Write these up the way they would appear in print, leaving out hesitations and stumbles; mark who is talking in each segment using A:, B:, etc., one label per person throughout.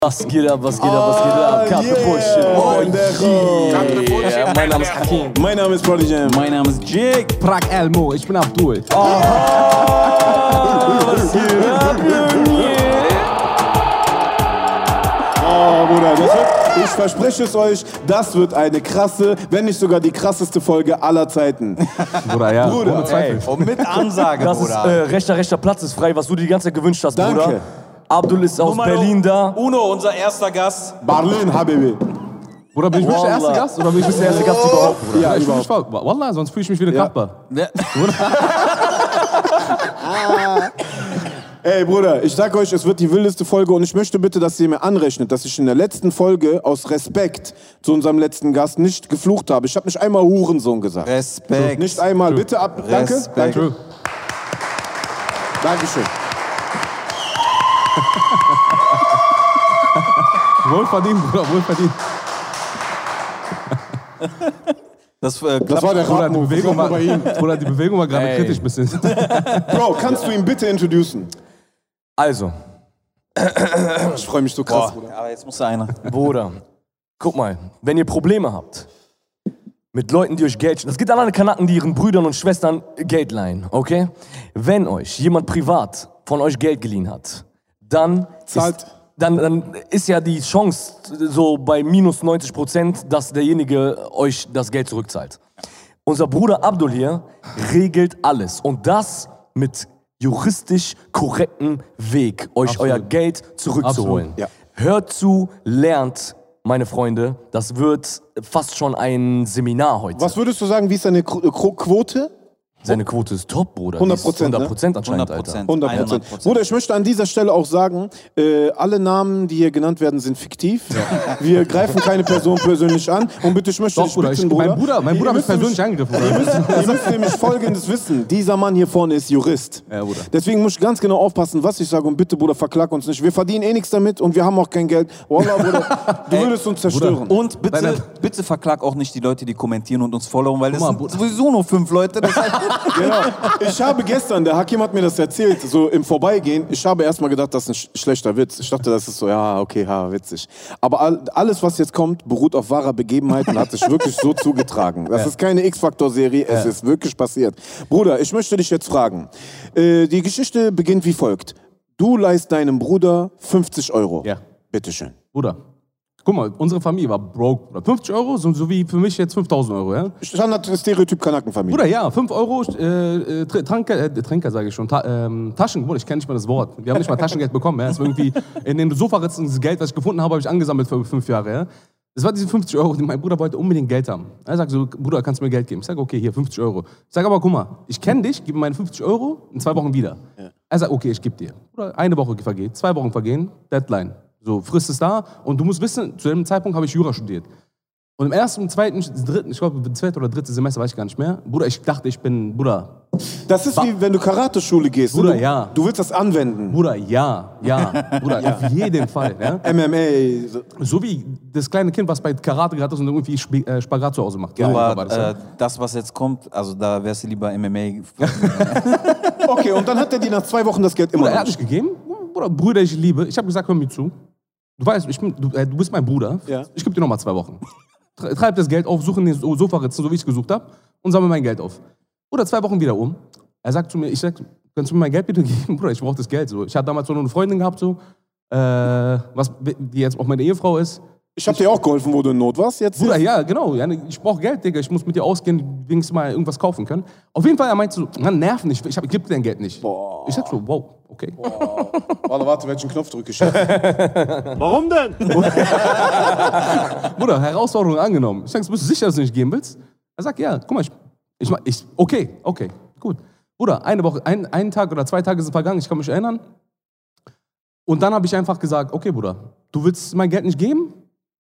A: Was geht ab, was geht ab, was geht ab? Cut the bullshit. Oh,
B: Yeah.
A: Mein Name ist Hakim.
C: Mein Name ist Prodigy.
B: Mein Name ist Jake.
D: Prag Elmo, ich bin Abdul.
A: Was geht ab,
C: Oh, Bruder, ich verspreche es euch, das wird eine krasse, wenn nicht sogar die krasseste Folge aller Zeiten.
D: Bruder, ja.
C: Bruder,
D: ohne Zweifel.
B: Und mit Ansage,
A: Das ist
B: Bruder.
A: rechter Platz ist frei, was du dir die ganze Zeit gewünscht hast,
C: Danke.
A: Bruder. Abdul ist aus Berlin da.
B: Uno, unser erster Gast.
C: Berlin, Habibi.
D: Bruder, bin ich wirklich der erste
A: Wallah.
D: Gast? Oder bin ich
A: Du bist der erste Gast überhaupt, Bruder.
C: Ja,
D: ich fühl mich
C: überhaupt.
D: Wallah, sonst fühle ich mich wie der
C: Ja.
D: Nachbar.
B: Ja.
C: Ey, Bruder, ich sag euch, es wird die wildeste Folge und ich möchte bitte, dass ihr mir anrechnet, dass ich in der letzten Folge aus Respekt zu unserem letzten Gast nicht geflucht habe. Ich habe nicht einmal Hurensohn gesagt.
B: Respekt.
C: Nicht einmal. Bitte ab. Danke.
B: Respekt.
C: Danke.
D: True.
C: Dankeschön.
D: Wohlverdient, Bruder, wohlverdient.
B: Das
C: Das war der
D: Bruder,
C: Ratmove. Bei ihm.
D: Bruder, die Bewegung war gerade
A: Ey.
D: kritisch ein bisschen.
C: Bro, kannst du ihn bitte introducen?
A: Also,
C: Ich freue mich so krass, Bruder.
B: Aber jetzt muss einer.
A: Bruder, guck mal, wenn ihr Probleme habt mit Leuten, die euch Geld... Das geht an alle Kanaken, die ihren Brüdern und Schwestern Geld leihen, okay? Wenn euch jemand privat von euch Geld geliehen hat, dann
C: Zahlt.
A: dann ist ja die Chance so bei minus 90%, dass derjenige euch das Geld zurückzahlt. Unser Bruder Abdul hier regelt alles und das mit juristisch korrektem Weg, euch
D: Absolut.
A: euer Geld zurückzuholen.
D: Absolut.
C: Ja.
A: Hört zu, lernt, meine Freunde. Das wird fast schon ein Seminar heute.
C: Was würdest du sagen, wie ist deine Quote?
A: Seine Quote ist top, Bruder.
C: 100%, ne?
A: 100% anscheinend, Alter.
B: 100%.
C: 100%. Bruder, ich möchte an dieser Stelle auch sagen, alle Namen, die hier genannt werden, sind fiktiv. Wir greifen keine Person persönlich an. Und bitte, ich möchte
D: Doch,
C: dich
D: Bruder,
C: bitten, Bruder.
D: mein Bruder hat mich persönlich angegriffen, Bruder.
C: Ihr müsst nämlich Folgendes wissen. Dieser Mann hier vorne ist Jurist.
D: Ja, Bruder.
C: Deswegen muss ich ganz genau aufpassen, was ich sage. Und bitte, Bruder, verklag uns nicht. Wir verdienen eh nichts damit und wir haben auch kein Geld. Wallah, Bruder, du würdest uns zerstören.
B: Und bitte verklag auch nicht die Leute, die kommentieren und uns followen, weil es
D: mal,
B: sind
D: Bruder.
B: sowieso nur 5 Leute. Das heißt,
C: Genau. Ich habe gestern, der Hakim hat mir das erzählt, so im Vorbeigehen, ich habe erstmal gedacht, das ist ein schlechter Witz. Ich dachte, das ist so, ja, okay, witzig. Aber alles, was jetzt kommt, beruht auf wahrer Begebenheit und hat sich wirklich so zugetragen. Das ist keine X-Factor-Serie, es ist wirklich passiert. Bruder, ich möchte dich jetzt fragen. Die Geschichte beginnt wie folgt. Du leihst deinem Bruder 50 Euro.
D: Ja.
C: Bitteschön.
D: Bruder, guck mal, unsere Familie war broke. Bruder. 50 Euro, so wie für mich jetzt 5.000 Euro, ja?
C: Standard Stereotyp Kanakenfamilie.
D: Bruder, ja, 5 Euro, Tränker sage ich schon, Taschen, Bruder, ich kenne nicht mal das Wort. Wir haben nicht mal Taschengeld bekommen, ja? Das war irgendwie in den Sofaritzen, das Geld, was ich gefunden habe, habe ich angesammelt für 5 Jahre, ja? Das war diese 50 Euro, die mein Bruder wollte unbedingt Geld haben. Er sagt so, Bruder, kannst du mir Geld geben? Ich sage, okay, hier, 50 Euro. Ich sage aber, guck mal, ich kenne dich, gib mir meine 50 Euro in 2 Wochen wieder. Er sagt, okay, ich gebe dir. Bruder, 1 Woche vergeht, 2 Wochen vergehen, Deadline. So, Frist ist da und du musst wissen, zu dem Zeitpunkt habe ich Jura studiert. Und im ersten, zweiten, dritten, ich glaube, im zweiten oder dritten Semester weiß ich gar nicht mehr. Bruder, ich dachte, ich bin, Bruder,
C: Das ist wie wenn du Karate-Schule gehst.
D: Bruder,
C: du,
D: ja.
C: Du willst das anwenden.
D: Bruder, ja, Bruder, auf jeden Fall. Ja?
C: MMA.
D: So wie das kleine Kind, was bei Karate gerade ist und irgendwie Spagat zu Hause macht. So
B: aber
D: war das, ja.
B: das, was jetzt kommt, also da wärst du lieber MMA.
C: Okay, und dann hat er dir nach 2 Wochen das Geld immer
D: Bruder, er
C: noch
D: hat
C: nicht.
D: mich gegeben. Bruder, Brüder, ich liebe. Ich habe gesagt, hör mir zu. Du weißt, du bist mein Bruder.
C: Ja.
D: Ich gebe dir nochmal 2 Wochen. Treib das Geld auf, suche in den Sofaritzen, so wie ich es gesucht habe, und sammle mein Geld auf. Oder 2 Wochen wieder um. Er sagt zu mir, ich sag, kannst du mir mein Geld bitte geben? Bruder, ich brauche das Geld. So. Ich hatte damals so eine Freundin gehabt, so, die jetzt auch meine Ehefrau ist.
C: Ich hab dir auch geholfen, wo du in Not warst jetzt.
D: Bruder, ja, genau. Ja, ich brauche Geld, Digga. Ich muss mit dir ausgehen, wenigstens mal irgendwas kaufen können. Auf jeden Fall, er meinte so, Mann, nerv nicht. Ich gebe dir dein Geld nicht.
C: Boah.
D: Ich sag so, wow, okay.
C: Warte, welchen Knopf drücke ich jetzt?
A: Warum denn?
D: Bruder, Herausforderung angenommen. Ich sag, bist du sicher, dass du nicht gehen willst? Er sagt, ja, guck mal, okay, gut. Bruder, eine Woche, einen Tag oder 2 Tage sind vergangen, ich kann mich erinnern. Und dann habe ich einfach gesagt, okay, Bruder, du willst mein Geld nicht geben?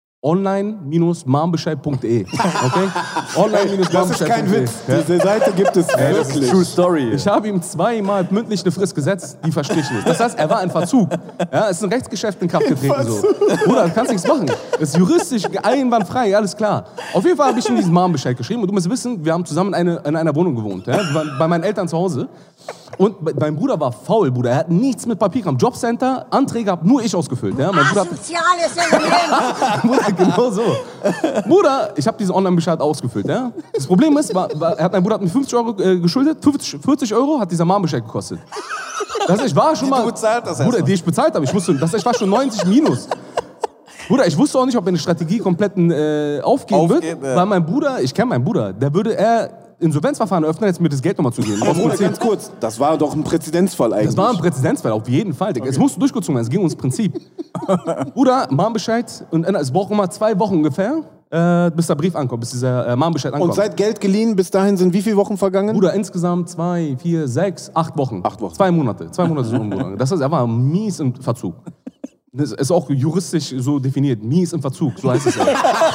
D: online-marmbescheid.de. Okay?
C: Das ist kein Witz. Diese Seite gibt es wirklich.
A: True Story.
D: Ich habe ihm 2-mal mündlich eine Frist gesetzt, die verstrichen ist. Das heißt, er war in Verzug. Ja, es ist ein Rechtsgeschäft in Kraft getreten. So. Bruder, du kannst nichts machen. Es ist juristisch einwandfrei, alles klar. Auf jeden Fall habe ich ihm diesen Marmbescheid geschrieben. Und du musst wissen, wir haben zusammen in einer Wohnung gewohnt. Ja? Wir waren bei meinen Eltern zu Hause. Und mein Bruder war faul, Bruder. Er hat nichts mit Papier am Jobcenter. Anträge habe nur ich ausgefüllt. Ja? Mein Bruder
E: Soziales Element.
D: Bruder, genau so. Bruder, ich habe diesen Online-Bescheid ausgefüllt. Ja? Das Problem ist, mein Bruder hat mir 50 Euro geschuldet. 40 Euro hat dieser Mahnbescheid gekostet. Das ich war schon
B: Die
D: mal.
B: du bezahlt hast
D: Bruder,
B: erstmal.
D: die ich bezahlt habe. Ich war schon 90 minus. Bruder, ich wusste auch nicht, ob eine Strategie komplett aufgehen wird, weil mein Bruder, ich kenne meinen Bruder, der würde Insolvenzverfahren eröffnen, jetzt mir das Geld nochmal zu geben.
C: Aber Bruder, ganz kurz, das war doch ein Präzedenzfall eigentlich.
D: Das war ein Präzedenzfall, auf jeden Fall. Okay. Es musste durchgezogen werden, es ging ums Prinzip. Bruder, Mahnbescheid, und es braucht immer 2 Wochen ungefähr, bis der Brief ankommt, bis dieser Mahnbescheid ankommt.
C: Und seit Geld geliehen, bis dahin sind wie viele Wochen vergangen?
D: Bruder, insgesamt 2, 4, 6, 8 Wochen.
C: 8 Wochen.
D: 2 Monate. 2 Monate sind umgegangen. Das heißt, er war mies im Verzug. Das ist auch juristisch so definiert. Mies im Verzug, so heißt es ja.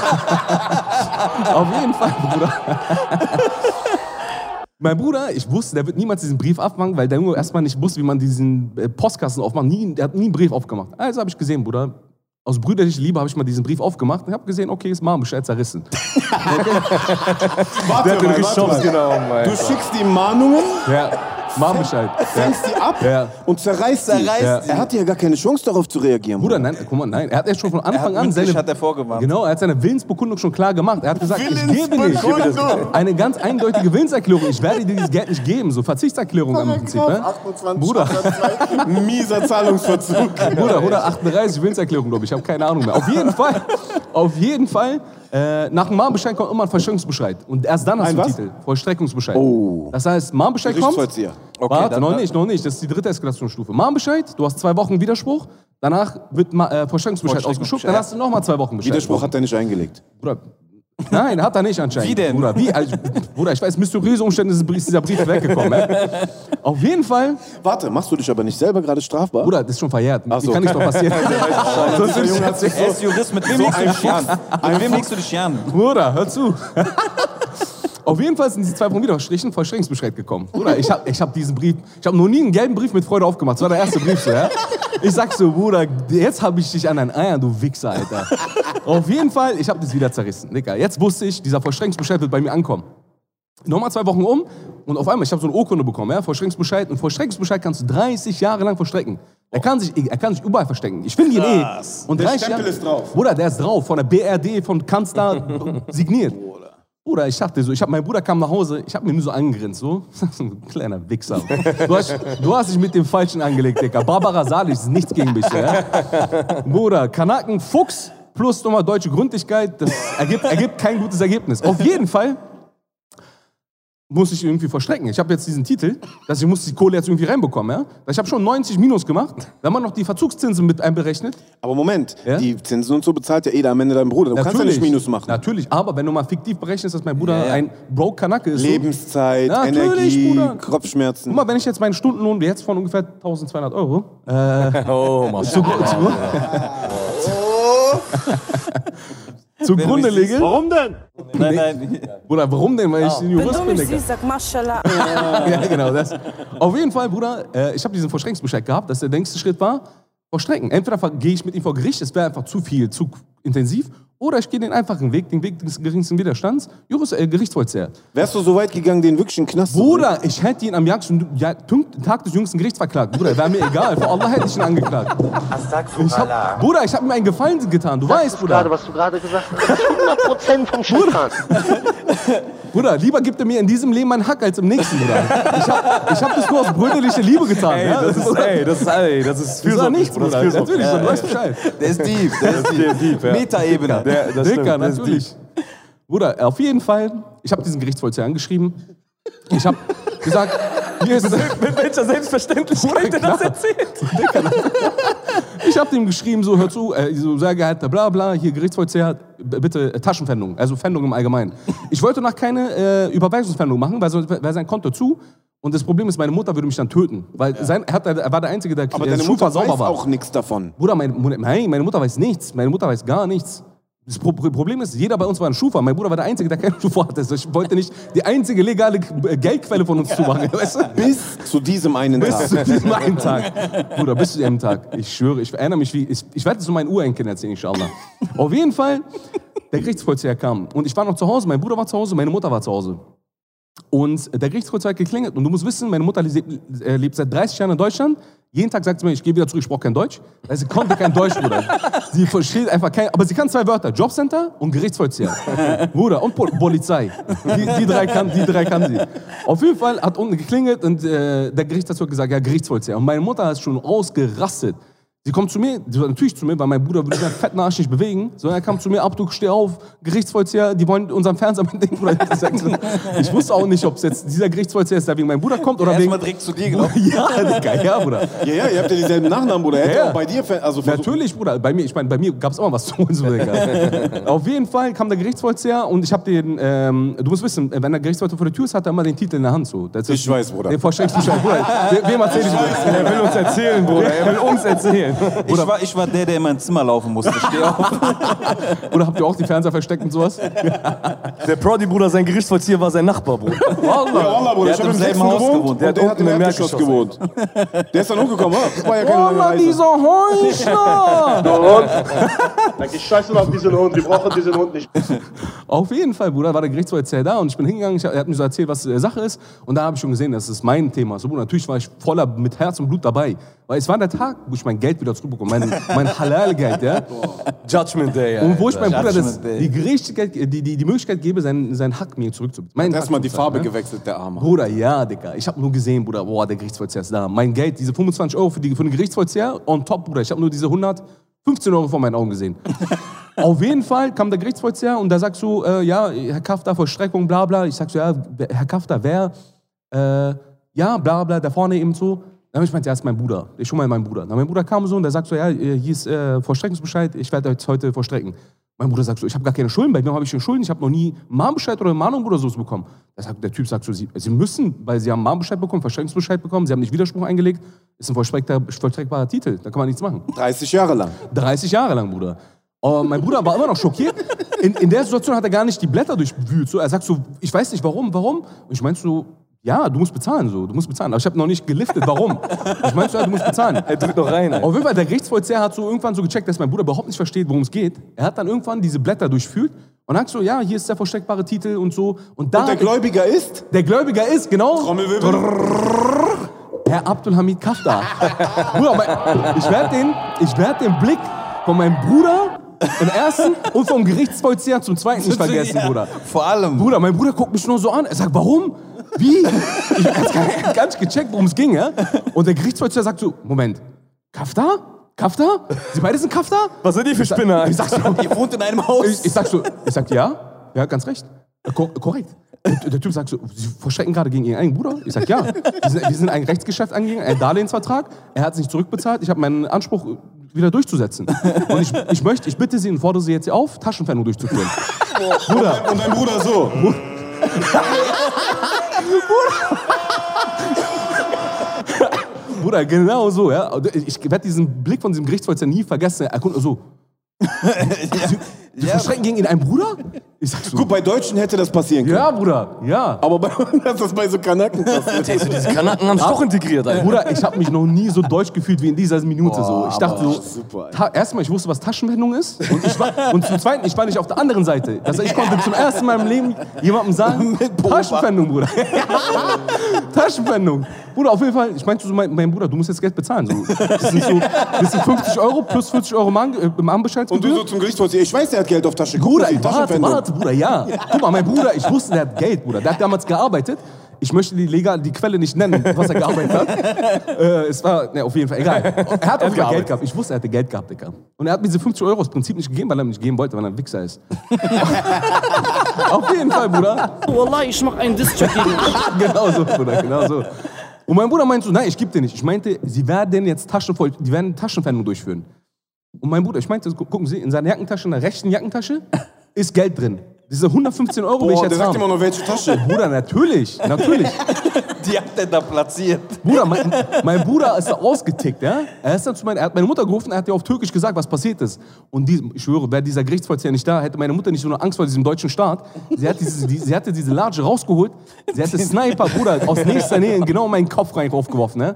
D: Auf jeden Fall, Bruder. Mein Bruder, ich wusste, der wird niemals diesen Brief aufmachen, weil der Junge erstmal nicht wusste, wie man diesen Postkasten aufmacht. Der hat nie einen Brief aufgemacht. Also habe ich gesehen, Bruder, aus brüderlicher Liebe habe ich mal diesen Brief aufgemacht und habe gesehen, okay, ist Mahnbescheid zerrissen.
C: Warte mal.
A: Genau,
C: Du schickst ihm Mahnungen,
D: Ja, Mahnbescheid.
C: fängst die ab
D: Ja.
C: und zerreißt die.
D: Ja.
C: Er hatte ja gar keine Chance darauf zu reagieren.
D: Bruder, nein, guck mal, nein. Er hat erst schon von Anfang an
B: Mündlich hat er vorgewarnt.
D: Genau, er hat seine Willensbekundung schon klar gemacht. Er hat gesagt, ich gebe nicht.
C: Willensbekundung.
D: Eine ganz eindeutige Willenserklärung. Ich werde dir dieses Geld nicht geben. So Verzichtserklärung im Prinzip. Ne?
C: 28
D: Bruder.
C: Mieser Zahlungsverzug.
D: Bruder, 38 Willenserklärung, glaube ich. Ich habe keine Ahnung mehr. Auf jeden Fall, nach dem Mahnbescheid kommt immer ein Vollstreckungsbescheid. Und erst dann hast
C: Ein
D: du einen
C: was?
D: Titel. Vollstreckungsbescheid.
C: Oh.
D: Das heißt, Mahnbescheid kommt.
C: Gerichtsvollzieher.
D: Warte,
B: dann-
D: noch nicht. Das ist die 3. Eskalationsstufe. Mahnbescheid, du hast 2 Wochen Widerspruch. Danach wird Vollstreckungsbescheid ausgeschubt. Dann hast du nochmal 2 Wochen Bescheid.
C: Widerspruch hat er nicht eingelegt.
D: Bruder. Nein, hat er nicht anscheinend.
B: Wie denn?
D: Bruder, Bruder, ich weiß, mysteriöse Umstände ist dieser Brief weggekommen. Auf jeden Fall,
C: Warte, machst du dich aber nicht selber gerade strafbar?
D: Bruder, das ist schon verjährt.
C: Ach so.
D: Wie kann nicht noch passieren? Sonst würde ich jetzt
B: Er ist Jurist, mit wem legst du dich an? Mit wem legst du dich an?
D: Bruder, hör zu. Auf jeden Fall sind diese 2 Wochen wieder gestrichen, Vollstreckungsbescheid gekommen. Bruder, ich hab diesen Brief, ich habe noch nie einen gelben Brief mit Freude aufgemacht. Das war der erste Brief so, ja? Ich sag so, Bruder, jetzt habe ich dich an deinen Eiern, du Wichser, Alter. Auf jeden Fall, ich habe das wieder zerrissen. Digga, jetzt wusste ich, dieser Vollstreckungsbescheid wird bei mir ankommen. Nochmal 2 Wochen um und auf einmal, ich habe so eine Urkunde bekommen, ja? Vollstreckungsbescheid. Und Vollstreckungsbescheid kannst du 30 Jahre lang vollstrecken. Er kann sich überall verstecken. Ich finde ihn Und
C: Der
D: 30
C: Stempel
D: Jahre,
C: ist drauf.
D: Bruder, der ist drauf, von der BRD, vom Kanzler signiert. Bruder, ich dachte so, mein Bruder kam nach Hause, ich habe mir nur so angegrinst, so ein kleiner Wichser. Du hast dich mit dem Falschen angelegt, Digga. Barbara Salisch ist nichts gegen mich, ja? Bruder, Kanaken, Fuchs plus nochmal deutsche Gründlichkeit, das ergibt kein gutes Ergebnis. Auf jeden Fall muss ich irgendwie verstrecken. Ich habe jetzt diesen Titel, dass ich muss die Kohle jetzt irgendwie reinbekommen, ja? Ich habe schon 90 Minus gemacht, wenn man noch die Verzugszinsen mit einberechnet.
C: Aber Moment,
D: Ja?
C: die Zinsen und so bezahlt ja eh am Ende dein Bruder. Du kannst ja nicht Minus machen.
D: Natürlich, aber wenn du mal fiktiv berechnest, dass mein Bruder ein broke Kanake ist.
C: Lebenszeit,
D: Natürlich,
C: Energie,
D: Bruder.
C: Kopfschmerzen.
D: Guck mal, wenn ich jetzt meinen Stundenlohn, wie jetzt von ungefähr 1200 Euro,
A: Oh, Mann.
D: zugrunde lege.
A: Warum denn?
B: Nein.
D: Bruder, warum denn? Weil ich ein
E: Wenn
D: Jurist
E: du
D: bin,
E: mich
D: Digga.
E: siehst, sag Maschallah.
D: Ja, genau, das. Auf jeden Fall, Bruder, ich habe diesen Vollstreckungsbescheid gehabt, dass der nächste Schritt war, vollstrecken. Entweder gehe ich mit ihm vor Gericht, es wäre einfach zu viel, zu intensiv, oder ich gehe den einfachen Weg, den Weg des geringsten Widerstands, Gerichtsvollzieher.
C: Wärst du so weit gegangen, den wirklich in den Knast zu bringen?
D: Bruder, ich hätte ihn am Tag des jüngsten Gerichts verklagt. Bruder, wäre mir egal. Vor Allah hätte ich ihn angeklagt. Bruder, ich habe mir einen Gefallen getan. Du weißt, Bruder.
F: Was du gerade gesagt hast, das ist 100% vom Scheitern.
D: Bruder, lieber gibt er mir in diesem Leben einen Hack als im nächsten, Bruder. Ich hab das nur aus brüderlicher Liebe getan. Ja?
A: Das ist
D: Das war nichts, Bruder. Natürlich, du weißt Bescheid.
B: Der ist deep.
A: ja.
B: Metaebene.
D: Dicker, natürlich. Bruder, auf jeden Fall, ich habe diesen Gerichtsvollzieher angeschrieben. Ich habe gesagt, mir ist
A: Mit welcher Selbstverständlichkeit er das erzählt?
D: Ich habe dem geschrieben, so, hör zu, so sehr geehrter bla bla, hier Gerichtsvollzieher, bitte Taschenpfändung, also Pfändung im Allgemeinen. Ich wollte noch keine Überweisungspfändung machen, weil sonst wäre sein Konto zu. Und das Problem ist, meine Mutter würde mich dann töten. Weil er war der Einzige, der
C: Aber deine
D: super
C: Mutter weiß
D: sauber war.
C: auch nichts davon.
D: Bruder, meine Mutter weiß nichts. Meine Mutter weiß gar nichts. Das Problem ist, jeder bei uns war ein Schufa. Mein Bruder war der Einzige, der keinen Schufa hatte. Ich wollte nicht die einzige legale Geldquelle von uns zumachen. Weißt du?
C: Bis zu diesem einen
D: Bis
C: Tag.
D: zu diesem einen Tag. Bruder, bis zu diesem Tag. Ich schwöre, ich erinnere mich wie... Ich werde es meinen Urenkeln erzählen, inshallah. Auf jeden Fall, der Gerichtsvollzieher kam. Und ich war noch zu Hause, mein Bruder war zu Hause, meine Mutter war zu Hause. Und der Gerichtsvollzieher hat geklingelt und du musst wissen, meine Mutter lebt seit 30 Jahren in Deutschland. Jeden Tag sagt sie mir, ich gehe wieder zurück, ich brauche kein Deutsch. Also sie konnte kein Deutsch, Bruder. Sie versteht einfach kein, aber sie kann 2 Wörter, Jobcenter und Gerichtsvollzieher. Bruder, und Polizei. Die drei kann sie. Auf jeden Fall hat unten geklingelt und der Gerichtsvollzieher hat gesagt, ja, Gerichtsvollzieher. Und meine Mutter ist schon ausgerastet. Sie kommt zu mir, natürlich zu mir, weil mein Bruder würde seinen fetten Arsch nicht bewegen. So, er kam zu mir, Abdu, steh auf, Gerichtsvollzieher, die wollen unseren Fernseher mitnehmen. Ich wusste auch nicht, ob es jetzt dieser Gerichtsvollzieher ist, der wegen meinem Bruder kommt oder wegen...
B: Erstmal direkt zu dir gelaufen.
D: Ja, Digga, ja, Bruder.
C: Ja, ihr habt ja dieselben Nachnamen, Bruder. Er hätte auch bei dir... Also
D: Natürlich, Bruder. Bei mir gab es immer was zu holen. So, auf jeden Fall kam der Gerichtsvollzieher und ich habe den... du musst wissen, wenn der Gerichtsvollzieher vor der Tür ist, hat er immer den Titel in der Hand. So.
C: Ich weiß, Bruder.
D: Den Vollstreckungsbescheid. Bruder, wem erzähl ich das?
A: Er will uns erzählen, Bruder. Er will uns erzählen.
B: Ich war der in mein Zimmer laufen musste. Steh auf.
D: Oder habt ihr auch die Fernseher versteckt und sowas?
A: Der Prodi-Bruder, sein Gerichtsvollzieher war sein Nachbar, Bruder.
C: Wallah, Bruder. Ich habe im selben Haus gewohnt. Der hat im Erdgeschoss gewohnt. Der ist dann hochgekommen. War ja keine lange Reise.
D: Dieser Heuchler!
F: Dann geh scheiße auf diesen Hund, wir brauchen diesen Hund nicht.
D: Auf jeden Fall, Bruder, war der Gerichtsvollzieher da und ich bin hingegangen, er hat mir so erzählt, was Sache ist und da habe ich schon gesehen, das ist mein Thema. So, Bruder, natürlich war ich voller mit Herz und Blut dabei, weil es war der Tag, wo ich mein Geld wieder zurückbekomme, mein Halal-Geld, ja.
A: Judgment Day, ja.
D: Und wo ich meinem Bruder
B: Day.
D: die Möglichkeit gebe, seinen Hack mir zurückzubekommen.
C: Erstmal die Farbe gewechselt, der Arme.
D: Bruder, ja, Digga. Ich habe nur gesehen, Bruder, boah, der Gerichtsvollzieher ist da. Mein Geld, diese 25 Euro für den Gerichtsvollzieher on top, Bruder. Ich habe nur diese 115 Euro vor meinen Augen gesehen. Auf jeden Fall kam der Gerichtsvollzieher und da sagst du, ja, Herr Kafta, Vollstreckung, bla bla. Ich sag so, ja, Herr Kafta, wer? Ja, bla bla, da vorne eben so. Dann habe ich meinte, ja, ist mein Bruder. Ich schon mal mein Bruder. Dann mein Bruder kam so und der sagt so, ja, hier ist Vollstreckungsbescheid, ich werde jetzt heute vollstrecken. Mein Bruder sagt so, ich habe gar keine Schulden, bei mir habe ich schon Schulden, ich habe noch nie Mahnbescheid oder Mahnung oder so bekommen. Der Typ sagt so, Sie müssen, weil Sie haben Mahnbescheid bekommen, Vollstreckungsbescheid bekommen, Sie haben nicht Widerspruch eingelegt, ist ein vollstreckbarer Titel, da kann man nichts machen.
C: 30 Jahre lang.
D: 30 Jahre lang, Bruder. Mein Bruder war immer noch schockiert. In der Situation hat er gar nicht die Blätter durchwühlt. So, er sagt so, ich weiß nicht warum. Und ich meinte so, ja, du musst bezahlen. Aber ich habe noch nicht geliftet, warum. Ich meinte so, ja, du musst bezahlen.
A: Er drückt noch rein.
D: Auf jeden Fall, der Gerichtsvollzieher hat so irgendwann so gecheckt, dass mein Bruder überhaupt nicht versteht, worum es geht. Er hat dann irgendwann diese Blätter durchfühlt und sagt so, ja, hier ist der vollstreckbare Titel und so. Und
C: der Gläubiger ist?
D: Der Gläubiger ist, genau.
C: Trommelwirbel.
D: Herr Abdulhamid Kafta. Bruder, ich werd den Blick von meinem Bruder im ersten und vom Gerichtsvollzieher zum zweiten nicht vergessen, Bruder.
B: Vor allem.
D: Bruder, mein Bruder guckt mich nur so an. Er sagt, warum? Wie? Ich hab gar nicht gecheckt, worum es ging, ja? Und der Gerichtsvollzieher sagt so, Moment, Kafta? Sie beide sind Kafta?
A: Was sind die für Spinner?
D: Ich sag so,
B: Ihr wohnt in einem Haus.
D: ich sag ja, ganz recht. Korrekt. Der Typ sagt so, Sie vollstrecken gerade gegen Ihren eigenen Bruder? Ich sag ja. Wir sind ein Rechtsgeschäft angegangen, ein Darlehensvertrag. Er hat es nicht zurückbezahlt. Ich habe meinen Anspruch wieder durchzusetzen. Und ich bitte Sie und fordere Sie jetzt auf, Taschenpfennung durchzuführen. Bruder.
C: Und dein Bruder so.
D: Bruder, genau so, ja. Ich werde diesen Blick von diesem Gerichtsvollzieher nie vergessen. Er kommt so. Sie verschrecken gegen ihn einen Bruder? Ich sag so.
C: Gut, bei Deutschen hätte das passieren können.
D: Ja, Bruder, ja.
C: Aber bei uns ist das bei so Kanaken passiert.
A: Ey, so diese Kanaken haben es doch integriert, Alter.
D: Bruder, ich habe mich noch nie so deutsch gefühlt wie in dieser Minute. So. Ich dachte so,
C: super,
D: erstmal, ich wusste, was Taschenwendung ist. Und zum Zweiten, ich war nicht auf der anderen Seite. Ich konnte zum ersten Mal im Leben jemandem sagen, Taschenwendung, Bruder. Taschenwendung. Bruder, auf jeden Fall, ich meinte so, mein Bruder, du musst jetzt Geld bezahlen. So. Das sind 50 Euro plus 40 Euro Mahnbescheid.
C: Und du so zum Gerichtsvollzieher, ich weiß, der hat Geld auf Tasche.
D: Bruder, warte, Bruder, ja. Guck mal, mein Bruder, ich wusste, der hat Geld, Bruder. Der hat damals gearbeitet. Ich möchte die Quelle nicht nennen, was er gearbeitet hat. Es war, ne, auf jeden Fall, egal. Er hat auch Geld gehabt. Ich wusste, er hatte Geld gehabt, Digga. Und er hat mir diese 50 Euro aus Prinzip nicht gegeben, weil er mir nicht geben wollte, weil er ein Wichser ist. Auf jeden Fall, Bruder.
G: Wallah, ich mach einen Diss-Check gegen dich.
D: Genau so, Bruder, genau so. Und mein Bruder meinte so, nein, ich geb dir nicht. Ich meinte, sie werden jetzt Taschenpfennung durchführen. Und mein Bruder, ich meinte, gucken Sie, in seiner Jackentasche, in der rechten Jackentasche, ist Geld drin. Diese 115 Euro will ich jetzt
C: der sagt
D: haben.
C: immer noch, welche Tasche.
D: Bruder, natürlich.
B: Die hat er da platziert.
D: Bruder, mein Bruder ist da ausgetickt, ja? Er hat meine Mutter gerufen, er hat ihr auf Türkisch gesagt, was passiert ist. Und ich schwöre, wäre dieser Gerichtsvollzieher nicht da, hätte meine Mutter nicht so eine Angst vor diesem deutschen Staat. Sie hatte diese Large rausgeholt, sie hatte Sniper, Bruder, aus nächster Nähe genau in meinen Kopf raufgeworfen, ne?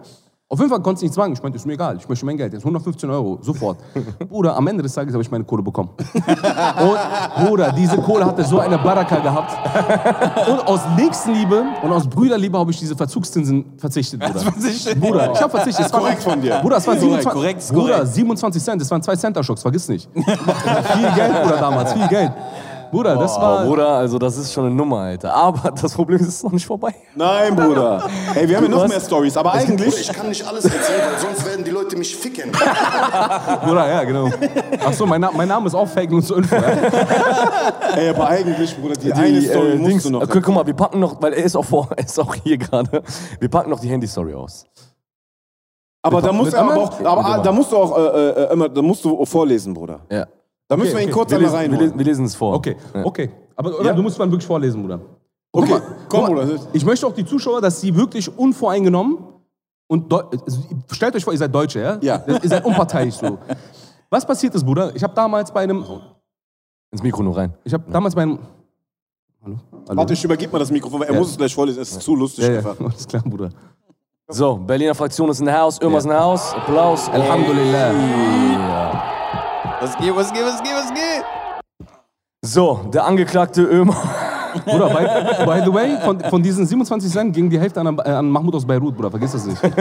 D: Auf jeden Fall konntest du nichts sagen. Ich meinte, ist mir egal, ich möchte mein Geld. Jetzt 115 €, sofort. Bruder, am Ende des Tages habe ich meine Kohle bekommen. Und Bruder, diese Kohle hatte so eine Baraka gehabt. Und aus Nächstenliebe und aus Brüderliebe habe ich diese Verzugszinsen verzichtet, Bruder. Bruder, ich habe verzichtet. Es war
C: Korrekt von dir.
D: Bruder, es waren 27,
B: korrekt,
D: Bruder, 27 Cent, das waren 2 Center-Schocks, vergiss nicht. Viel Geld, Bruder, damals, viel Geld. Bruder, das
A: Aber
D: war...
A: Bruder, also das ist schon eine Nummer, Alter. Aber das Problem ist, es ist noch nicht vorbei.
C: Nein, Bruder. Ey, wir haben ja noch mehr Stories, aber eigentlich...
H: Ich kann nicht alles erzählen, weil sonst werden die Leute mich ficken.
D: Bruder, ja, genau. Achso, mein Name ist auch Fake, nur zur Info. Ja.
C: Ey, aber eigentlich, Bruder, die eine Story musst du noch...
A: Okay, guck mal, wir packen noch, weil er ist auch hier gerade. Wir packen noch die Handy-Story aus.
C: Aber da musst du auch immer, da musst du vorlesen, Bruder.
A: Ja.
C: Da müssen wir ihn kurz einmal reinholen.
A: Wir lesen es vor.
D: Okay, okay. Aber oder, du musst dann wirklich vorlesen, Bruder.
C: Okay, komm,
D: Guck mal,
C: Bruder.
D: ich möchte auch die Zuschauer, dass sie wirklich unvoreingenommen und stellt euch vor, ihr seid Deutsche, ja?
C: Ja.
D: Ihr seid unparteiisch so. Was passiert ist, Bruder? Ich habe damals bei einem...
A: Ins Mikro nur rein.
D: Ich habe damals bei einem... Hallo?
C: Warte, ich übergebe mal das Mikrofon, weil er muss es gleich vorlesen. Es ist zu lustig
D: Ja, ja,
C: einfach.
D: alles klar, Bruder.
A: So, Berliner Fraktion ist in der Haus, Ömer ist in der Haus. Applaus.
D: Alhamdulillah.
A: Ja.
B: Was geht?
A: So, der Angeklagte Ömer.
D: Bruder, by the way, von diesen 27 Cent ging die Hälfte an Mahmoud aus Beirut, Bruder, vergiss das nicht.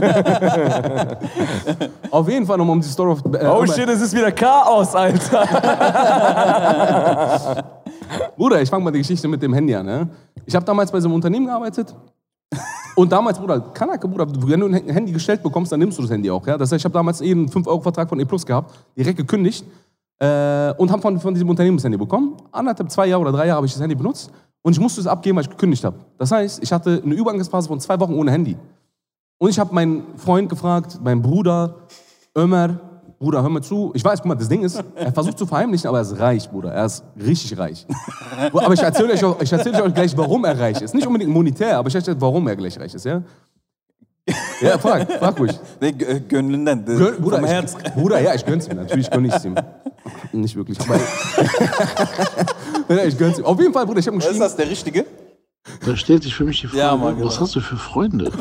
D: Auf jeden Fall nochmal um die Story of...
A: Oh shit, es ist wieder Chaos, Alter.
D: Bruder, ich fange mal die Geschichte mit dem Handy an. Ne? Ich habe damals bei so einem Unternehmen gearbeitet. Und damals, Bruder, Kanake, Bruder, wenn du ein Handy gestellt bekommst, dann nimmst du das Handy auch. Ja? Das heißt, ich habe damals einen 5-Euro-Vertrag von E+ gehabt, direkt gekündigt und habe von diesem Unternehmen das Handy bekommen. 2 Jahre oder 3 Jahre habe ich das Handy benutzt und ich musste es abgeben, weil ich gekündigt habe. Das heißt, ich hatte eine Übergangsphase von 2 Wochen ohne Handy. Und ich habe meinen Freund gefragt, meinen Bruder, Ömer, Bruder, hör mir zu. Ich weiß, guck mal, das Ding ist, er versucht zu verheimlichen, aber er ist reich, Bruder. Er ist richtig reich. Aber ich erzähle euch auch gleich, warum er reich ist. Nicht unbedingt monetär, aber ich erzähle euch, warum er gleich reich ist, ja? Ja, frag ruhig.
B: Gönnen dann.
D: Bruder, Bruder, ja, ich gönn's ihm. Natürlich gönn ich's ihm. Nicht wirklich, aber... ja, ich gönn's ihm. Auf jeden Fall, Bruder, ich habe
B: Ist
D: geschrieben...
B: das der Richtige?
H: Da stellt sich für mich die Frage,
B: Ja, Mann,
H: was hast du für Freunde?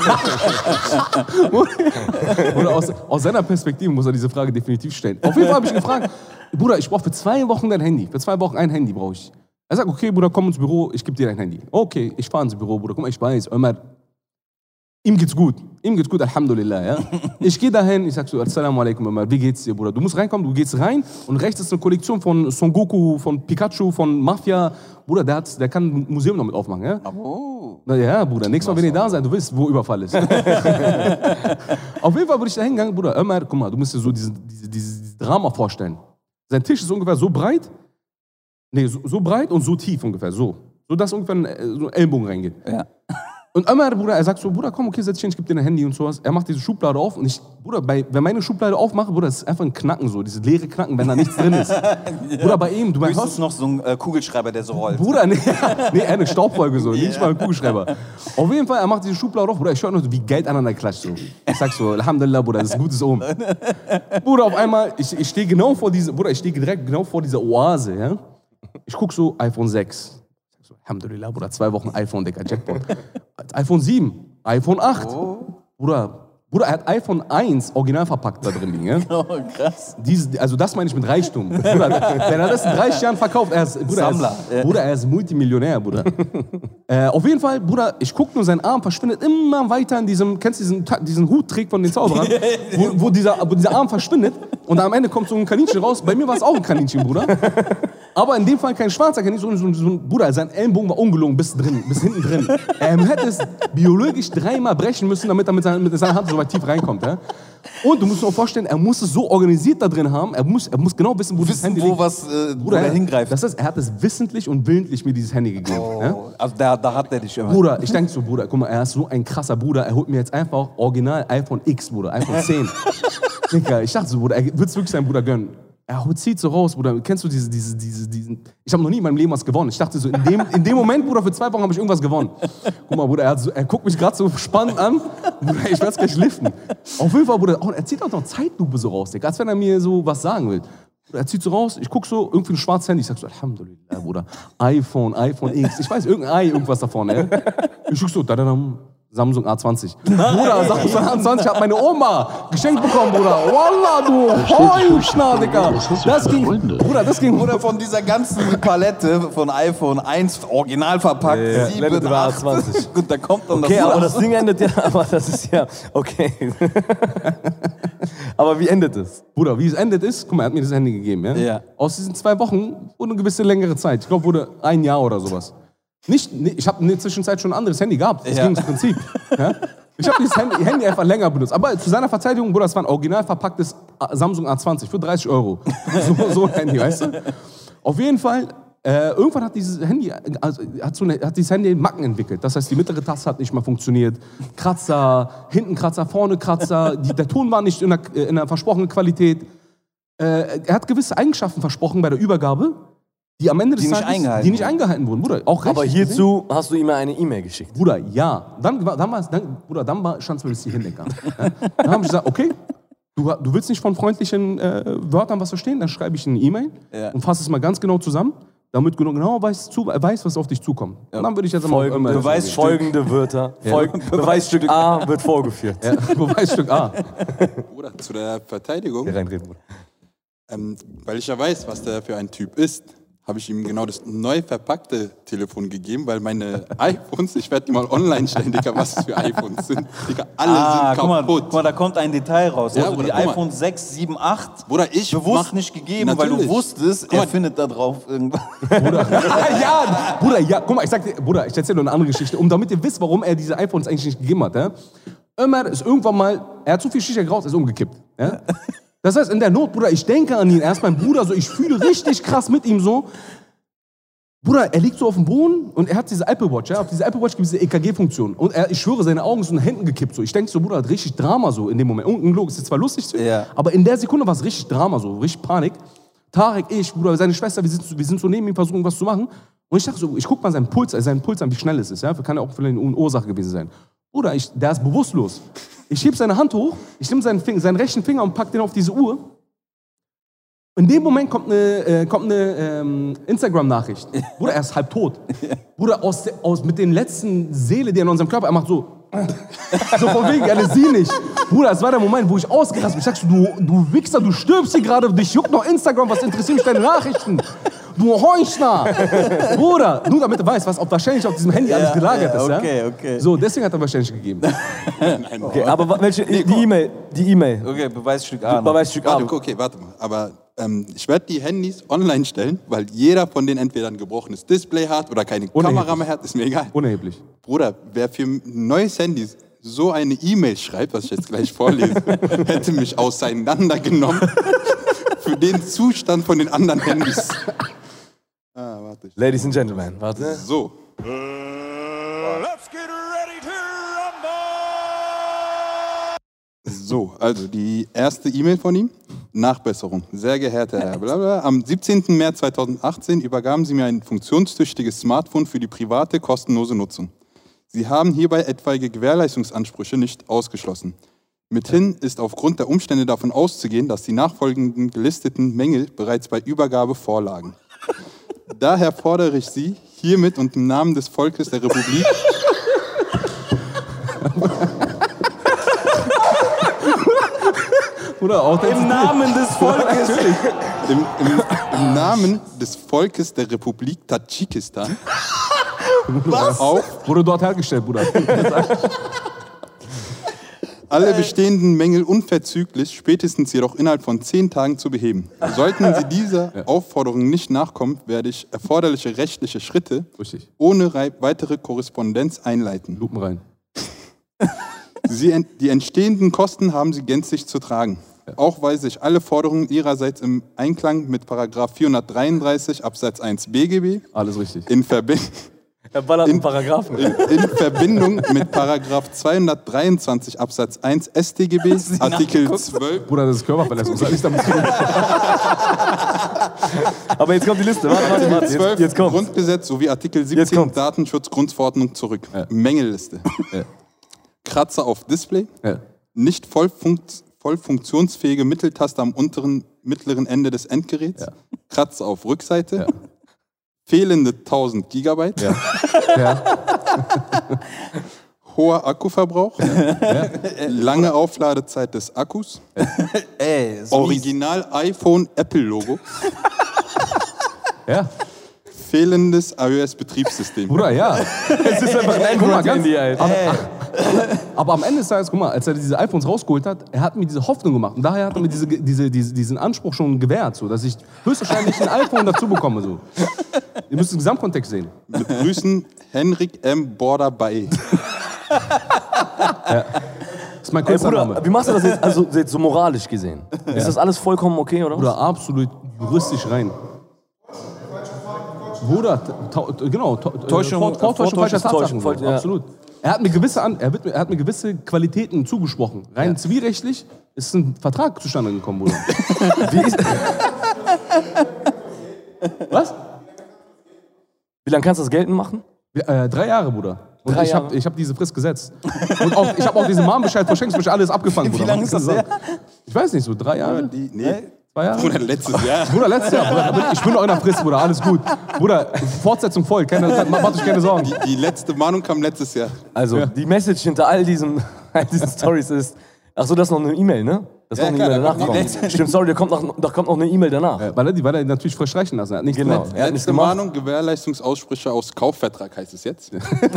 D: Oder aus seiner Perspektive muss er diese Frage definitiv stellen. Auf jeden Fall habe ich gefragt, Bruder, ich brauche für 2 Wochen dein Handy. Für 2 Wochen ein Handy brauche ich. Er sagt, okay, Bruder, komm ins Büro, ich gebe dir dein Handy. Okay, ich fahre ins Büro, Bruder, guck mal, ich weiß, Ömer, ihm geht's gut, Alhamdulillah, ja. Ich gehe dahin, ich sag so, Assalamu alaikum, Ömer, wie geht's dir, Bruder? Du musst reinkommen, du gehst rein und rechts ist eine Kollektion von Son Goku, von Pikachu, von Mafia. Bruder, der kann ein Museum noch mit aufmachen, ja?
B: Oh.
D: Na ja, Bruder, nächstes Mal, wenn ihr da seid, du wisst, wo Überfall ist. Auf jeden Fall bin ich da hingegangen, Bruder, Ömer, guck mal, du musst dir so dieses Drama vorstellen. Sein Tisch ist ungefähr so breit, so breit und so tief ungefähr, so dass ungefähr so ein Ellbogen reingeht.
B: Ja.
D: Und Ömer, Bruder, er sagt so, Bruder, komm, okay, setz dich hin, ich geb dir ein Handy und sowas. Er macht diese Schublade auf und ich, Bruder, wenn meine Schublade aufmache, Bruder, das ist einfach ein Knacken so, dieses leere Knacken, wenn da nichts drin ist. Bruder, bei ihm, du meinst...
B: Höchstens noch so ein Kugelschreiber, der so rollt.
D: Bruder, nee, eine Staubwolke so, nicht mal ein Kugelschreiber. Auf jeden Fall, er macht diese Schublade auf, Bruder, ich höre nur so, wie Geld aneinander klatscht so. Ich sag so, Alhamdulillah, Bruder, das ist ein gutes Omen. Bruder, auf einmal, ich stehe genau vor dieser, Bruder, ich stehe direkt genau vor dieser Oase, ja. Ich guck so, iPhone 6. Ich sag so, Alhamdulillah, Bruder, 2 Wochen iPhone, Digga, Jackpot. iPhone 7, iPhone 8. Bruder, er hat iPhone 1 original verpackt da drin liegen, ja?
B: Oh, krass.
D: Also das meine ich mit Reichtum. Bruder, wenn er das in 30 Jahren verkauft,
B: Sammler.
D: Bruder, er ist Multimillionär, Bruder. Auf jeden Fall, Bruder, ich gucke nur, sein Arm verschwindet immer weiter in diesem, kennst du diesen Hut trägt von den Zauberern, wo dieser Arm verschwindet und am Ende kommt so ein Kaninchen raus. Bei mir war es auch ein Kaninchen, Bruder. Aber in dem Fall kein schwarzer Kaninchen, sondern so ein Bruder, sein Ellenbogen war ungelogen bis hinten drin. Er hätte es biologisch 3-mal brechen müssen, damit er mit seiner Hand so weit tief reinkommt. Ja? Und du musst dir auch vorstellen, er muss es so organisiert da drin haben, er muss genau wissen, wo das Handy liegt.
B: Wo er hingreift.
D: Das heißt, er hat es wissentlich und willentlich mir dieses Handy gegeben.
B: Oh,
D: ja?
B: also da hat er dich immer.
D: Bruder, ich denke so, Bruder, guck mal, er ist so ein krasser Bruder, er holt mir jetzt einfach original iPhone X, Bruder, iPhone 10. Digga, ich dachte so, Bruder, er wird es wirklich seinem Bruder gönnen. Er zieht so raus, Bruder. Kennst du diesen... Ich habe noch nie in meinem Leben was gewonnen. Ich dachte so, in dem Moment, Bruder, für 2 Wochen habe ich irgendwas gewonnen. Guck mal, Bruder, er guckt mich gerade so spannend an. Bruder, ich werde es gleich liften. Auf jeden Fall, Bruder, er zieht auch noch Zeitlupe so raus, Digga, als wenn er mir so was sagen will. Bruder, er zieht so raus, ich guck so, irgendwie ein schwarzes Handy. Ich sag so, Alhamdulillah, Bruder. iPhone X. Ich weiß, irgendwas davon, ey. Ich guck so, Samsung A20. Bruder, Samsung A20 hat meine Oma geschenkt bekommen, Bruder. Wallah, du Heuschner, Digga. Das ging
B: Oder von dieser ganzen Palette von iPhone 1 original verpackt, 7, 8. Und da kommt dann
A: Okay,
B: das.
A: aber das Ding endet ja, aber das ist ja, okay. Aber wie endet es?
D: Bruder, wie es endet ist, guck mal, er hat mir das Handy gegeben, ja?
B: Ja.
D: Aus diesen 2 Wochen wurde eine gewisse längere Zeit. Ich glaube, wurde 1 Jahr oder sowas. Ich habe in der Zwischenzeit schon ein anderes Handy gehabt. Das ging ins Prinzip. Ja? Ich habe dieses Handy einfach länger benutzt. Aber zu seiner Verteidigung, Bruder, das war ein original verpacktes Samsung A20 für 30 €. So ein Handy, weißt du? Auf jeden Fall, irgendwann hat dieses Handy, hat dieses Handy Macken entwickelt. Das heißt, die mittlere Taste hat nicht mehr funktioniert. Kratzer, hinten Kratzer, vorne Kratzer. Der Ton war nicht in der versprochenen Qualität. Er hat gewisse Eigenschaften versprochen bei der Übergabe, die am Ende des Tages nicht eingehalten wurden. Bruder, auch
A: Aber
D: rechtlich
A: hierzu hast du ihm eine E-Mail geschickt.
D: Bruder, ja. Dann stand es mir bis hierhin, Digga. Ja? Dann habe ich gesagt, okay, du willst nicht von freundlichen Wörtern was verstehen, dann schreibe ich eine E-Mail und fasse es mal ganz genau zusammen, damit du genau weißt, was auf dich zukommt. Und dann würde ich jetzt mal
A: Folgende Wörter. Beweisstück A wird vorgeführt.
D: Ja, Beweisstück A.
I: Bruder, zu der Verteidigung,
A: Hier reinreden, Bruder.
I: weil ich ja weiß, was der für ein Typ ist, habe ich ihm genau das neu verpackte Telefon gegeben, weil meine iPhones, ich werde die mal online stellen, Digga, was das für iPhones sind. Digga, alle sind kaputt.
B: Guck mal, da kommt ein Detail raus.
I: Ja,
B: also
I: Bruder,
B: die
I: guck mal.
B: iPhone 6, 7, 8
I: Bruder, ich
B: bewusst nicht gegeben, weil du wusstest, er findet da drauf irgendwas.
D: Bruder, guck mal, ich sag dir, Bruder, ich erzähle noch eine andere Geschichte, damit ihr wisst, warum er diese iPhones eigentlich nicht gegeben hat. Ja? Ömer ist irgendwann mal, er hat zu viel Shisha geraucht, ist umgekippt. Ja? Das heißt, in der Not, Bruder, ich denke an ihn, er ist mein Bruder, so, ich fühle richtig krass mit ihm so. Bruder, er liegt so auf dem Boden und er hat diese Apple Watch, ja, auf diese Apple Watch gibt es diese EKG-Funktion. Und ich schwöre, seine Augen sind nach hinten gekippt. So. Ich denke so, Bruder, hat richtig Drama so in dem Moment. Ungelogen, ist jetzt zwar lustig, aber in der Sekunde war es richtig Drama so, richtig Panik. Tarek, ich, Bruder, seine Schwester, wir sind so neben ihm, versuchen was zu machen. Und ich dachte so, ich guck mal seinen Puls an, wie schnell es ist. Ja? Kann ja auch vielleicht eine Ursache gewesen sein. Bruder, der ist bewusstlos. Ich heb seine Hand hoch, ich nehme seinen rechten Finger und pack den auf diese Uhr. In dem Moment kommt eine Instagram-Nachricht. Bruder, er ist halb tot. Bruder, mit den letzten Seele, die er in unserem Körper, er macht so. So von wegen, er sie nicht. Bruder, das war der Moment, wo ich ausgerastet bin. Ich sag so, du Wichser, du stirbst hier gerade, dich juckt noch Instagram, was interessiert mich deine Nachrichten? Du Heuchner! Bruder, nur damit du weißt, was wahrscheinlich auf diesem Handy alles gelagert ist.
B: Okay.
D: So, deswegen hat er wahrscheinlich gegeben.
A: Okay, aber welche, die E-Mail.
B: Okay, Beweisstück A.
I: Warte mal. Aber ich werde die Handys online stellen, weil jeder von denen entweder ein gebrochenes Display hat oder keine Kamera mehr hat, ist mir egal.
D: Unerheblich.
I: Bruder, wer für ein neues Handy so eine E-Mail schreibt, was ich jetzt gleich vorlese, hätte mich auseinandergenommen für den Zustand von den anderen Handys. Warte.
A: Ladies and Gentlemen, warte.
I: So.
J: Let's get ready to rumble!
I: So, also die erste E-Mail von ihm. Nachbesserung. Sehr geehrter Herr, blablabla. Am 17. März 2018 übergaben Sie mir ein funktionstüchtiges Smartphone für die private, kostenlose Nutzung. Sie haben hierbei etwaige Gewährleistungsansprüche nicht ausgeschlossen. Mithin ist aufgrund der Umstände davon auszugehen, dass die nachfolgenden gelisteten Mängel bereits bei Übergabe vorlagen. Daher fordere ich Sie hiermit und im Namen des Volkes der Republik
B: Im Namen des Volkes.
I: Im Namen des Volkes der Republik Tadschikistan.
B: Was?
D: Wurde dort hergestellt, Bruder.
I: Alle bestehenden Mängel unverzüglich, spätestens jedoch innerhalb von 10 Tagen zu beheben. Sollten Sie dieser Aufforderung nicht nachkommen, werde ich erforderliche rechtliche Schritte ohne weitere Korrespondenz einleiten.
D: Lupen rein.
I: Die entstehenden Kosten haben Sie gänzlich zu tragen. Auch weise ich alle Forderungen Ihrerseits im Einklang mit § 433 Absatz 1 BGB
D: alles richtig.
I: in Verbindung mit § 223 Absatz 1 StGB, Artikel 12.
D: Bruder, das ist Körperverletzung. Das hat nichts damit zu tun.
A: Aber jetzt kommt die Liste. Warte.
I: 12
A: Jetzt kommt
I: Grundgesetz sowie Artikel 17 Datenschutzgrundverordnung zurück. Mängelliste. Kratzer auf Display. Nicht voll funktionsfähige Mitteltaste am mittleren Ende des Endgeräts. Kratzer auf Rückseite. Fehlende 1000 Gigabyte. Hoher Akkuverbrauch, lange Aufladezeit des Akkus, Original iPhone Apple Logo, fehlendes iOS-Betriebssystem.
D: Bruder, ja. Es ist einfach ein Android-Handy, Alter. Aber am Ende des Tages, guck mal, als er diese iPhones rausgeholt hat, er hat mir diese Hoffnung gemacht. Und daher hat er mir diesen Anspruch schon gewährt, so, dass ich höchstwahrscheinlich ein iPhone dazu bekomme. So. Ihr müsst den Gesamtkontext sehen.
I: Mit Grüßen, Henrik M. Border Bay.
D: Das ist mein Künstlername.
A: Bruder, wie machst du das jetzt, also jetzt so moralisch gesehen? Ist das alles vollkommen okay, oder was?
D: Bruder, absolut juristisch rein. Bruder, genau,
A: Täuschung,
D: falscher Tatsachen.
A: ja.
D: Absolut. Er hat mir gewisse Qualitäten zugesprochen. Rein zivilrechtlich ist ein Vertrag zustande gekommen, Bruder. Was?
A: Wie lange kannst du das geltend machen?
D: 3 Jahre, Bruder. Und ich hab diese Frist gesetzt. Und ich habe auch diesen Mahnbescheid, Verschenkungsbescheid, alles abgefangen, Bruder.
B: Wie lange ist das her?
D: Ich weiß nicht, so 3 Jahre?
I: Nee.
D: 2 Jahre?
I: Bruder, letztes Jahr.
D: Bruder, letztes Jahr. Bruder, ich bin noch in der Frist, Bruder, alles gut. Bruder, Fortsetzung voll, macht euch keine Sorgen.
I: Die letzte Mahnung kam letztes Jahr.
A: Also, die Message hinter all diesen Stories ist, ach so, das ist noch eine E-Mail, ne? Das ist noch eine E-Mail danach kommt. Stimmt, sorry, da kommt noch eine E-Mail danach.
D: Ja, weil er natürlich frisch streichen lassen hat. Nichts
A: Genau.
D: gemacht.
A: Er hat nichts
I: Letzte
A: gemacht.
I: Mahnung, Gewährleistungsaussprüche aus Kaufvertrag heißt es jetzt.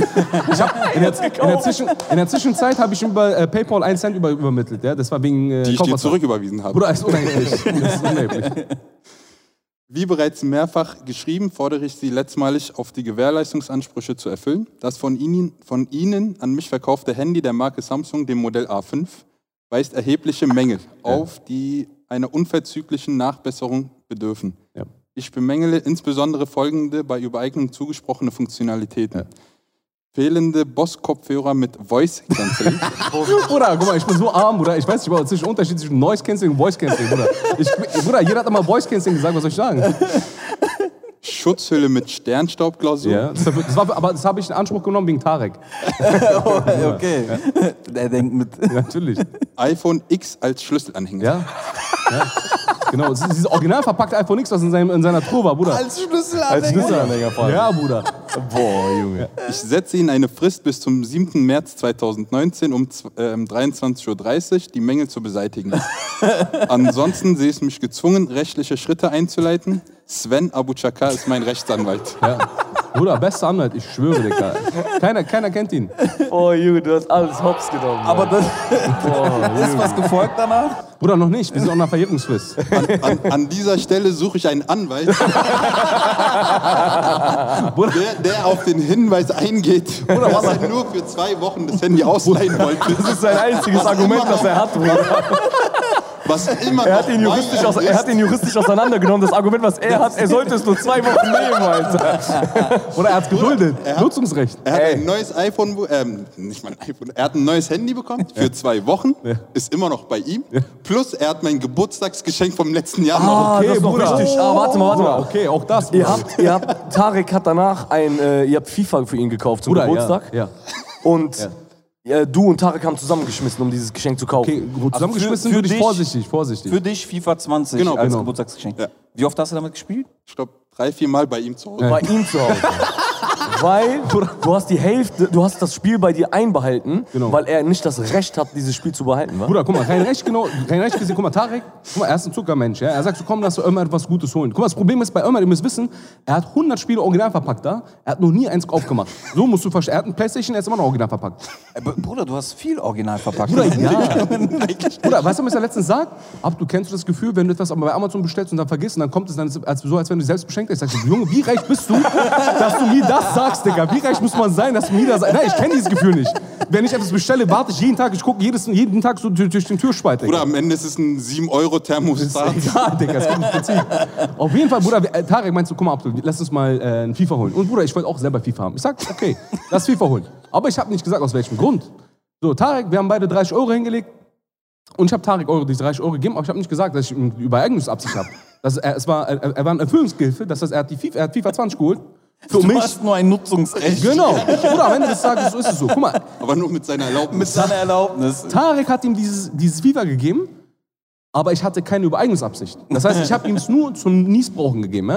D: In der Zwischenzeit habe ich über PayPal 1 Cent übermittelt. Ja? Das war wegen
I: Die ich dir
D: Kaufvertrag.
I: zurücküberwiesen habe.
D: Bruder, ist unheimlich. Das ist unheimlich.
I: Wie bereits mehrfach geschrieben, fordere ich Sie letztmalig auf, die Gewährleistungsansprüche zu erfüllen. Das von Ihnen an mich verkaufte Handy der Marke Samsung, dem Modell A5, weist erhebliche Mängel auf, die einer unverzüglichen Nachbesserung bedürfen.
D: Ja.
I: Ich bemängele insbesondere folgende bei Übereignung zugesprochene Funktionalitäten. Fehlende Boss-Kopfhörer mit Voice Cancelling.
D: Bruder, guck mal, ich bin so arm, Bruder. Ich weiß nicht, was der Unterschied zwischen Noise Cancelling und Voice Cancelling, Bruder. Bruder, jeder hat immer Voice Cancelling gesagt, was soll ich sagen?
I: Schutzhülle mit Sternstaubglasur.
D: Ja, aber das habe ich in Anspruch genommen wegen Tarek.
B: Okay. Der denkt mit.
D: Ja, natürlich.
I: iPhone X als Schlüsselanhänger.
D: Ja. Genau, das ist dieses original verpackte iPhone X, was in seiner Truhe war, Bruder.
B: Als Schlüsselanhänger.
D: Ja, Bruder.
A: Boah, Junge.
I: Ich setze Ihnen eine Frist bis zum 7. März 2019 um 23:30 Uhr, die Mängel zu beseitigen. Ansonsten sehe ich mich gezwungen, rechtliche Schritte einzuleiten. Sven Abu Chakar ist mein Rechtsanwalt.
D: Ja. Bruder, bester Anwalt, ich schwöre, Digga. Keiner kennt ihn.
A: Oh, Junge, du hast alles hops genommen.
B: Aber das ist was gefolgt danach?
D: Bruder, noch nicht. Wir sind auch nach Verjährungsfrist.
I: An dieser Stelle suche ich einen Anwalt, der auf den Hinweis eingeht, dass er nur für 2 Wochen das Handy ausleihen wollte.
A: Das ist sein einziges Argument, das er hat, Bruder.
I: Was immer
A: Er hat ihn juristisch auseinandergenommen. Das Argument, was er hat, er sollte es nur 2 Wochen nehmen, Alter.
D: Oder er hat geduldet. Nutzungsrecht.
I: Er hat ein neues iPhone, nicht mal ein iPhone, er hat ein neues Handy bekommen für 2 Wochen, ist immer noch bei ihm. Plus er hat mein Geburtstagsgeschenk vom letzten Jahr noch.
A: Okay, das ist noch
D: Bruder.
A: richtig. Warte mal.
D: Okay, auch das.
A: Tarek hat danach ihr habt FIFA für ihn gekauft zum
D: Bruder,
A: Geburtstag.
D: Ja.
A: Und du und Tarek haben zusammengeschmissen, um dieses Geschenk zu kaufen.
D: Okay, gut, zusammengeschmissen
B: für
D: würde ich
B: dich-
D: vorsichtig.
B: Für dich FIFA 20
I: Genau,
B: als
I: genau.
B: Geburtstagsgeschenk.
I: Ja.
B: Wie oft hast du damit gespielt?
I: Ich glaube 3-4 Mal bei ihm zu Hause.
A: Bei ihm zu Hause. Weil du hast die Hälfte, du hast das Spiel bei dir einbehalten,
D: Genau.
A: weil er nicht das Recht hat, dieses Spiel zu behalten, wa?
D: Bruder, guck mal, rein recht gesehen, guck mal, Tarek, er ist ein Zuckermensch, ja? Er sagt so, komm, lass Ömer etwas Gutes holen. Guck mal, das Problem ist bei Ömer, ihr müsst wissen, er hat 100 Spiele original verpackt da, er hat noch nie eins aufgemacht. So musst du verstehen, er hat ein Playstation, er ist immer noch original verpackt.
B: Bruder, du hast viel original verpackt.
D: Bruder, ja. Bruder, weißt du, was er letztens sagt? Du kennst du das Gefühl, wenn du etwas bei Amazon bestellst und dann vergisst und dann kommt es dann als wenn du selbst beschenkt bist. Ich sag, Junge, wie reich bist du, dass du mir das sagst, Digga? Wie reich muss man sein, dass du mir das sagst? Nein, ich kenne dieses Gefühl nicht. Wenn ich etwas bestelle, warte ich jeden Tag, ich gucke jeden Tag so durch den Türspalt, Digga.
I: Bruder, am Ende ist es ein 7-Euro-Thermostat.
D: Ist egal, Digga, es geht ins Prinzip. Auf jeden Fall, Bruder, Tarek meinst du, guck mal, Abdul, lass uns mal ein FIFA holen. Und Bruder, ich wollte auch selber FIFA haben. Ich sag, okay, lass FIFA holen. Aber ich habe nicht gesagt, aus welchem Grund. So, Tarek, wir haben beide 30 Euro hingelegt. Und ich habe Tarek diese 30 Euro gegeben, aber ich habe nicht gesagt, dass ich eine Übereignungsabsicht habe. Er war eine Erfüllungsgehilfe, das heißt, er hat FIFA 20 geholt. Für
B: Du
D: mich.
B: hast nur ein Nutzungsrecht.
D: Genau. Bruder, am Ende des Tages, so ist es so. Guck mal,
I: Aber nur mit seiner Erlaubnis.
B: Mit seiner Erlaubnis.
D: Tarek hat ihm dieses FIFA gegeben, aber ich hatte keine Übereignungsabsicht. Das heißt, ich habe ihm es nur zum Niesbrauchen gegeben. Ja?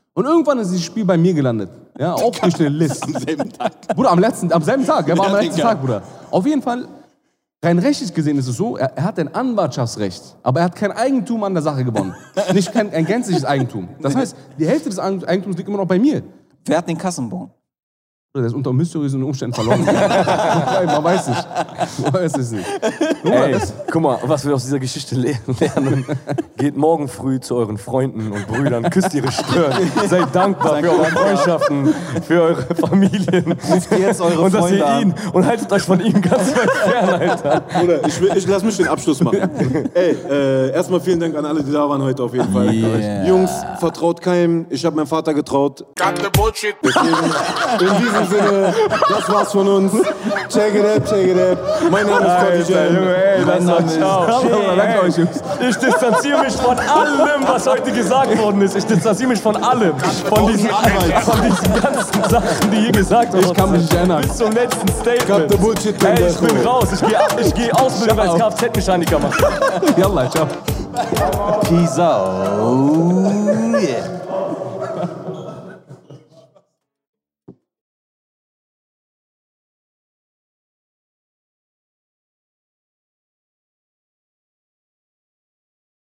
D: Und irgendwann ist dieses Spiel bei mir gelandet. Ja, auch durch eine List.
I: Am selben Tag.
D: Bruder, am selben Tag. Er war am
I: Ja,
D: letzten
I: Digga.
D: Tag, Bruder. Auf jeden Fall, rein rechtlich gesehen ist es so, er hat ein Anwartschaftsrecht, aber er hat kein Eigentum an der Sache gewonnen. Nicht ein gänzliches Eigentum. Das heißt, die Hälfte des Eigentums liegt immer noch bei mir.
B: Wer hat den Kassenbon?
D: Der ist unter mysteriösen Umständen verloren. Man weiß nicht. Man weiß es nicht.
A: Ey, guck mal, was wir aus dieser Geschichte lernen. Geht morgen früh zu euren Freunden und Brüdern, küsst ihre Stirn. Seid dankbar für eure Freundschaften, für eure Familien.
B: Ruft jetzt eure
A: und dass
B: Freunde
A: ihr ihn und haltet euch von ihm ganz weit fern, Alter.
C: Bruder, ich lass mich den Abschluss machen. Ey, erstmal vielen Dank an alle, die da waren heute auf jeden Fall.
B: Yeah.
C: Jungs, vertraut keinem. Ich habe meinem Vater getraut.
J: Cut the bullshit.
C: In diesem Sinne, das war's von uns. Check it up, check it up. Mein Name ist Scotty Jam.
A: Junge, ey,
B: Mein Name ist
D: Danke euch, Jungs.
A: Ich distanziere mich von allem, was heute gesagt worden ist. Ich distanziere mich von allem. Von diesen ganzen Sachen, die hier gesagt wurden.
D: Ich kann mich nicht erinnern.
A: Bis zum letzten
C: Cut the
A: Statement.
C: bullshit.
A: Ey, ich bin raus. Ich gehe Ausbildung als Kfz-Mechaniker machen.
D: Yalla, ciao.
B: Peace out. Yeah.